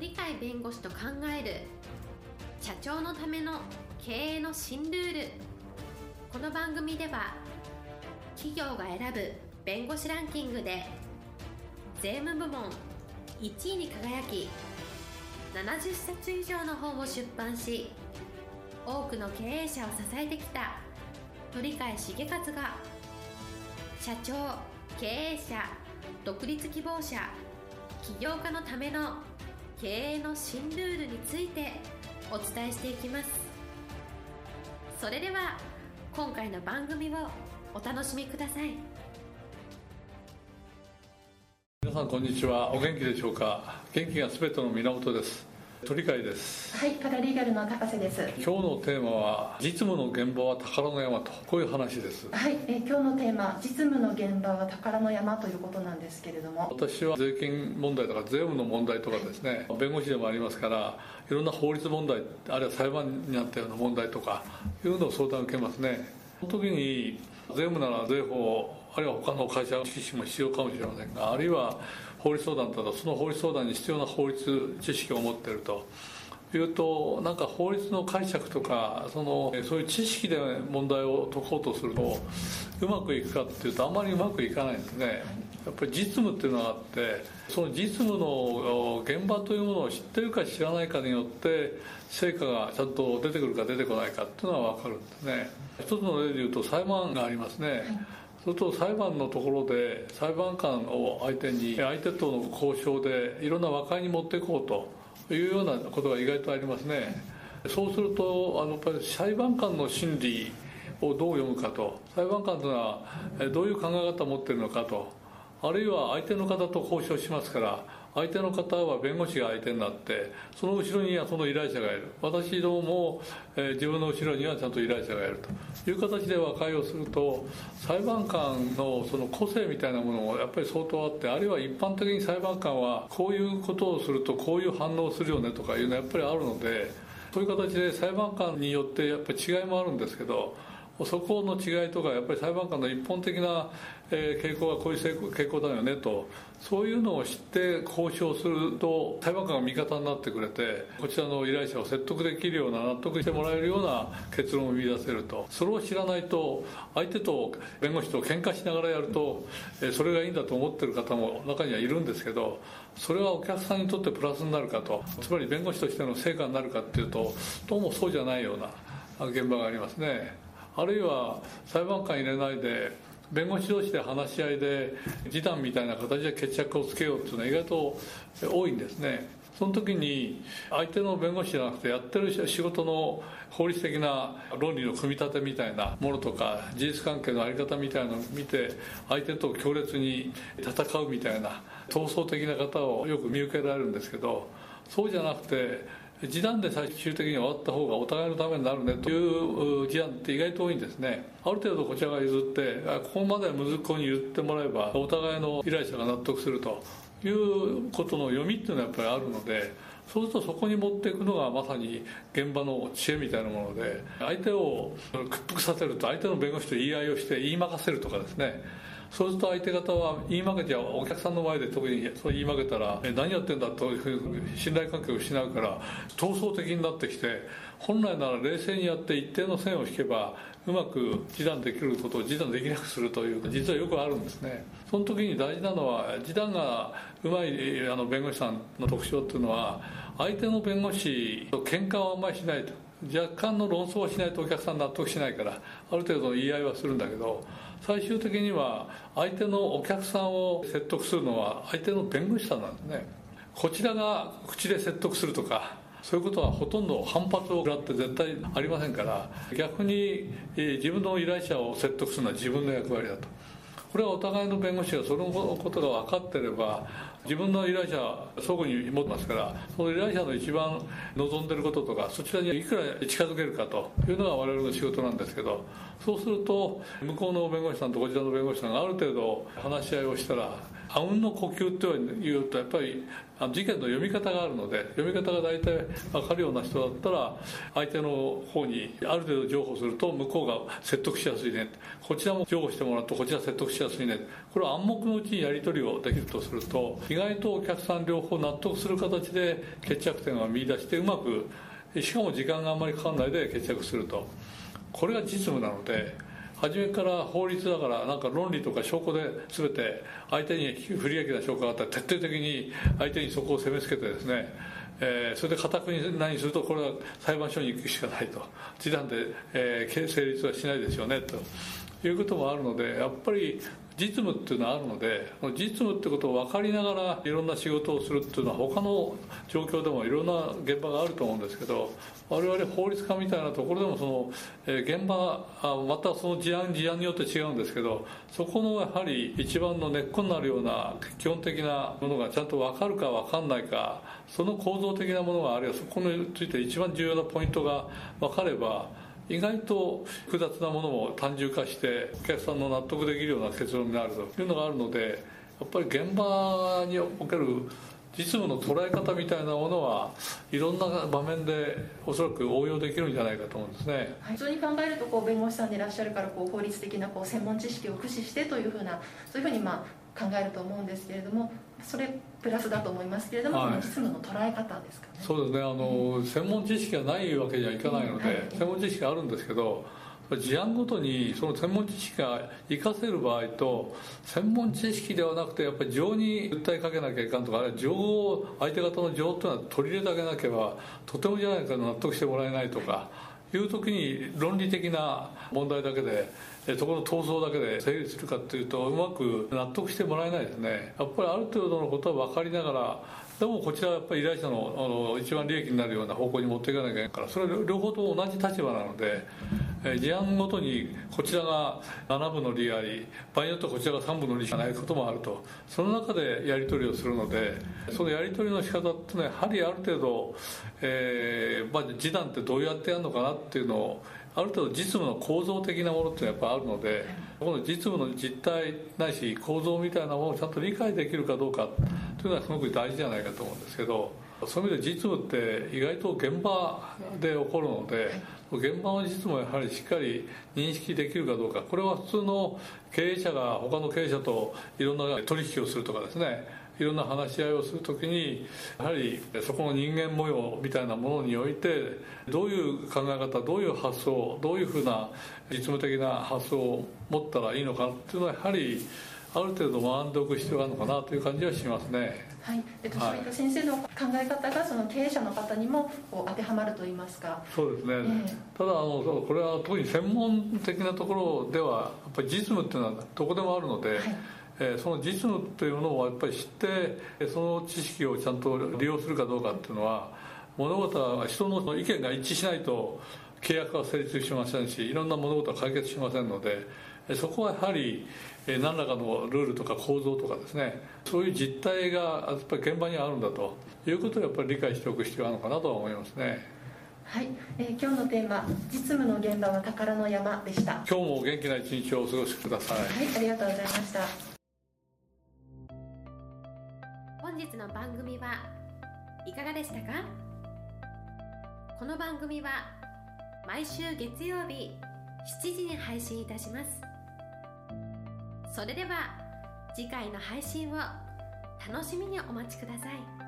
鳥飼弁護士と考える社長のための経営の新ルール。この番組では企業が選ぶ弁護士ランキングで税務部門1位に輝き、70冊以上の本を出版し、多くの経営者を支えてきた鳥飼茂勝が、社長、経営者、独立希望者、起業家のための経営の新ルールについてお伝えしていきます。それでは今回の番組をお楽しみください。 皆さんこんにちは。お元気でしょうか。元気がすべての源です。鳥飼です。 はい、パラリーガルの高瀬です。 今日のテーマは実務の現場は宝の山と、こういう話です。 はい、今日のテーマ、実務の現場は宝の山ということなんですけれども、 私は税金問題とか税務の問題とかですね、弁護士でもありますから、いろんな法律問題、あるいは裁判になったような問題とかいうのを相談を受けますね。その時に税務なら税法、あるいは他の会社の知識も必要かもしれませんが、あるいは法律相談だとその法律相談に必要な法律知識を持っているというと、なんか法律の解釈とかそういう知識で問題を解こうとするとうまくいくかっていうとあまりうまくいかないんですね。やっぱり実務っていうのがあって、その実務の現場というものを知ってるか知らないかによって成果がちゃんと出てくるか出てこないかっていうのは分かるんですね。一つの例で言うと裁判がありますね。そうすると裁判のところで裁判官を相手に相手との交渉でいろんな和解に持っていこうというようなことが意外とありますね。そうするとやっぱり裁判官の心理をどう読むかと、裁判官というのはどういう考え方を持っているのかと、あるいは相手の方と交渉しますから、相手の方は弁護士が相手になって、その後ろにはその依頼者がいる。私ども、自分の後ろにはちゃんと依頼者がいるという形で和解をすると、裁判官のその個性みたいなものもやっぱり相当あって、あるいは一般的に裁判官はこういうことをするとこういう反応をするよねとかいうのはやっぱりあるので、そういう形で裁判官によってやっぱり違いもあるんですけど、そこの違いとかやっぱり裁判官の一本的な傾向がこういう傾向だよねと、そういうのを知って交渉すると裁判官が味方になってくれて、こちらの依頼者を説得できるような、納得してもらえるような結論を見出せると。それを知らないと、相手と弁護士と喧嘩しながらやるとそれがいいんだと思ってる方も中にはいるんですけど、それはお客さんにとってプラスになるかと、つまり弁護士としての成果になるかっていうと、どうもそうじゃないような現場がありますね。あるいは裁判官入れないで弁護士同士で話し合いで示談みたいな形で決着をつけようっていうのは意外と多いんですね。その時に相手の弁護士じゃなくてやってる仕事の法律的な論理の組み立てみたいなものとか事実関係の在り方みたいなのを見て、相手と強烈に戦うみたいな闘争的な方をよく見受けられるんですけど、そうじゃなくて示談で最終的に終わった方がお互いのためになるねという示談って意外と多いんですね。ある程度こちらが譲ってここまでは息子に言ってもらえばお互いの依頼者が納得するということの読みっていうのはやっぱりあるので、そうするとそこに持っていくのがまさに現場の知恵みたいなもので、相手を屈服させると、相手の弁護士と言い合いをして言い負かせるとかですね、そうすると相手方は言い負けて、お客さんの前で特にそう言い負けたら何やってんだというふうに信頼関係を失うから闘争的になってきて、本来なら冷静にやって一定の線を引けばうまく示談できることを示談できなくするという実はよくあるんですね。その時に大事なのは、示談がうまい弁護士さんの特徴っていうのは、相手の弁護士と喧嘩をあんまりしないと、若干の論争をしないとお客さん納得しないから、ある程度の言い合いはするんだけど、最終的には相手のお客さんを説得するのは相手の弁護士さんなんですね。こちらが口で説得するとかそういうことはほとんど反発を食らって絶対ありませんから、逆に自分の依頼者を説得するのは自分の役割だと。これはお互いの弁護士がそのことが分かっていれば、自分の依頼者は相互に持ってますから、その依頼者の一番望んでいることとか、そちらにいくら近づけるかというのが我々の仕事なんですけど、そうすると向こうの弁護士さんとこちらの弁護士さんがある程度話し合いをしたら、 あうんの呼吸というとやっぱり事件の読み方があるので、読み方が大体分かるような人だったら相手の方にある程度譲歩すると向こうが説得しやすいね、こちらも譲歩してもらうとこちら説得しやすいね、これは暗黙のうちにやり取りをできるとすると、意外とお客さん両方納得する形で決着点を見出して、うまくしかも時間があんまりかかんないで決着すると、これが実務なので、初めから法律だからなんか論理とか証拠で全て相手に不利益な証拠があったら徹底的に相手にそこを責めつけてですね、それで固くに何するとこれは裁判所に行くしかないと、示談で、成立はしないですよねということもあるので、やっぱり実務っていうのはあるので、実務ってことを分かりながらいろんな仕事をするっていうのは他の状況でもいろんな現場があると思うんですけど、我々法律家みたいなところでもその現場またその事案によって違うんですけど、そこのやはり一番の根っこになるような基本的なものがちゃんと分かるか分かんないか、その構造的なものがあるいはそこについて一番重要なポイントが分かれば、意外と複雑なものも単純化してお客さんの納得できるような結論になるというのがあるので、やっぱり現場における実務の捉え方みたいなものはいろんな場面でおそらく応用できるんじゃないかと思うんですね。 普通に考えると弁護士さんでいらっしゃるから法律的な専門知識を駆使してというふうな、そういうふうに考えると思うんですけれども、それプラスだと思いますけれども、実務の捉え方ですかね。 そうですね、専門知識がないわけにはいかないので、専門知識があるんですけど、事案ごとにその専門知識が活かせる場合と、専門知識ではなくてやっぱり情に訴えかけなきゃいかんとか、あるいは情を相手方の情というのは取り入れてあげなければとてもじゃないか納得してもらえないとかいう時に、論理的な問題だけでそこの闘争だけで成立するかというとうまく納得してもらえないですね。やっぱりある程度のことは分かりながら、でもこちらはやっぱり依頼者の一番利益になるような方向に持っていかなきゃいけないから、それは両方とも同じ立場なので、事案ごとにこちらが7分の利あり、場合によってはこちらが3分の利しかないこともあると、その中でやり取りをするので、そのやり取りの仕方っていうのはやはりある程度、示談ってどうやってやるのかなっていうのを、ある程度実務の構造的なものってやっぱあるので、この実務の実態ないし構造みたいなものをちゃんと理解できるかどうかというのはすごく大事じゃないかと思うんですけど、そういう意味で実務って意外と現場で起こるので、現場の実務をやはりしっかり認識できるかどうか、これは普通の経営者が他の経営者といろんな取引をするとかですね、いろんな話し合いをするときに、やはりそこの人間模様みたいなものにおいて、どういう考え方、どういう発想、どういうふうな実務的な発想を持ったらいいのかっていうのは、やはりある程度学んでおく必要があるのかなという感じはしますね。 はい、そういった先生の考え方がその経営者の方にも当てはまるといいますか。 そうですね、ただこれは特に専門的なところではやっぱり実務っていうのはどこでもあるので、その実務というのをやっぱり知って、その知識をちゃんと利用するかどうかっていうのは、物事は人の意見が一致しないと契約は成立しませんし、いろんな物事は解決しませんので、そこはやはり何らかのルールとか構造とかですね、そういう実態がやっぱり現場にあるんだということをやっぱり理解しておく必要があるのかなとは思いますね。 はい、今日のテーマ、実務の現場は宝の山でした。 今日も元気な一日をお過ごしください。 はい、ありがとうございました。 本日の番組はいかがでしたか？この番組は毎週月曜日7時に配信いたします。それでは次回の配信を楽しみにお待ちください。